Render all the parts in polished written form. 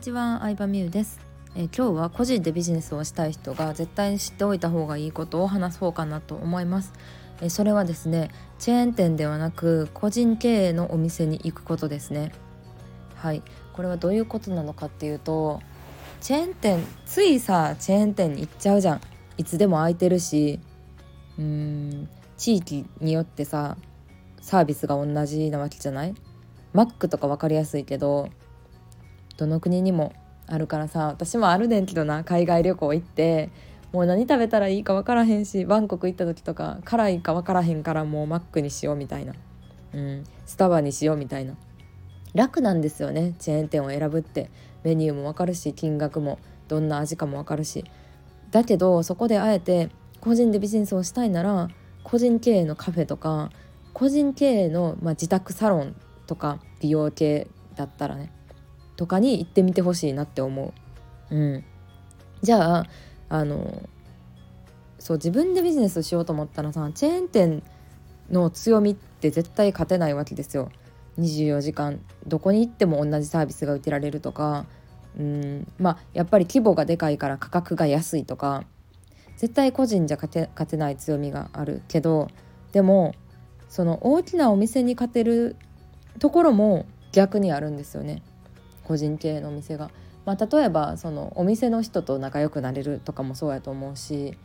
ちは、相葉美優です。今日は個人でビジネスをしたい人が絶対に知っておいた方がいいことを話そうかなと思います。それはですね、チェーン店ではなく個人経営のお店に行くことですね。はい、これはどういうことなのかっていうと、チェーン店チェーン店に行っちゃうじゃん。いつでも空いてるし、地域によってサービスが同じなわけじゃない？マックとか分かりやすいけど、どの国にもあるから私もあるねんけどな、海外旅行行ってもう何食べたらいいか分からへんし、バンコク行った時とか辛いか分からへんから、もうマックにしようみたいな、スタバにしようみたいな。楽なんですよね、チェーン店を選ぶって。メニューも分かるし、金額もどんな味かも分かるし。だけどそこであえて個人でビジネスをしたいなら、個人経営のカフェとか個人経営の、自宅サロンとか美容系だったらねとかに行ってみてほしいなって思う。じゃあ自分でビジネスをしようと思ったらチェーン店の強みって絶対勝てないわけですよ。24時間どこに行っても同じサービスが受けられるとか、やっぱり規模がでかいから価格が安いとか、絶対個人じゃ勝てない強みがあるけど、でもその大きなお店に勝てるところも逆にあるんですよね、個人経営のお店が。例えばそのお店の人と仲良くなれるとかもそうやと思うし、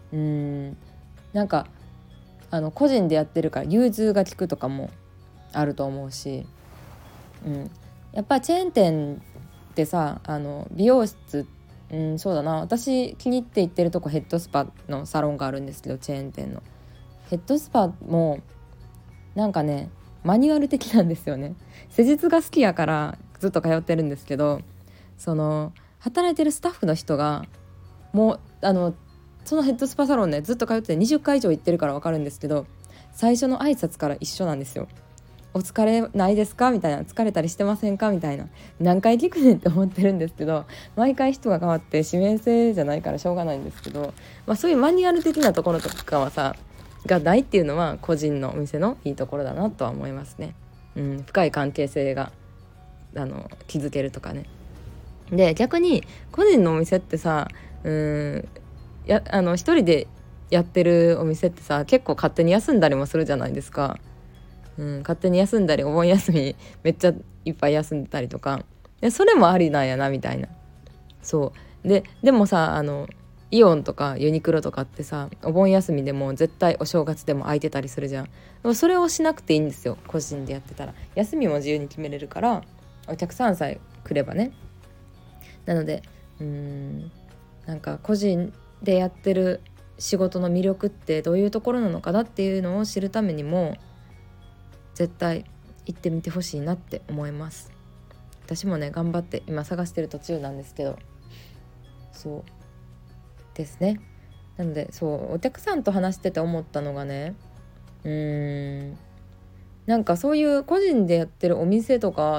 個人でやってるから融通が利くとかもあると思うし、やっぱりチェーン店って美容室、そうだな、私気に入って行ってるとこヘッドスパのサロンがあるんですけど、チェーン店のヘッドスパもマニュアル的なんですよね。施術が好きやからずっと通ってるんですけど、その働いてるスタッフの人がもうそのヘッドスパサロンね、ずっと通ってて20回以上行ってるから分かるんですけど、最初の挨拶から一緒なんですよ。お疲れないですかみたいな、疲れたりしてませんかみたいな。何回聞くねんって思ってるんですけど、毎回人が変わって指名制じゃないからしょうがないんですけど、そういうマニュアル的なところとかはがないっていうのは個人のお店のいいところだなとは思いますね。深い関係性が築けるとかね。で逆に個人のお店って一人でやってるお店って結構勝手に休んだりもするじゃないですか。勝手に休んだり、お盆休みめっちゃいっぱい休んでたりとか、それもありなんやなみたいな。でもイオンとかユニクロとかってお盆休みでも絶対お正月でも空いてたりするじゃん。でもそれをしなくていいんですよ、個人でやってたら。休みも自由に決めれるから、お客さんさえ来ればね。なので個人でやってる仕事の魅力ってどういうところなのかなっていうのを知るためにも絶対行ってみてほしいなって思います。私もね頑張って今探してる途中なんですけど、そうですね。なのでお客さんと話してて思ったのがね、そういう個人でやってるお店とか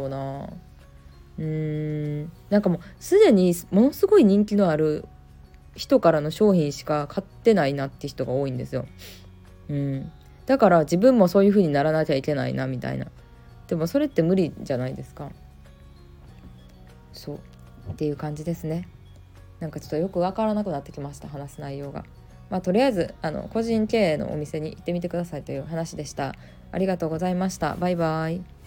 もうすでにものすごい人気のある人からの商品しか買ってないなって人が多いんですよ。だから自分もそういう風にならなきゃいけないなみたいな。でもそれって無理じゃないですか。っていう感じですね。ちょっとよく分からなくなってきました、話す内容が。とりあえず個人経営のお店に行ってみてくださいという話でした。ありがとうございました。バイバイ。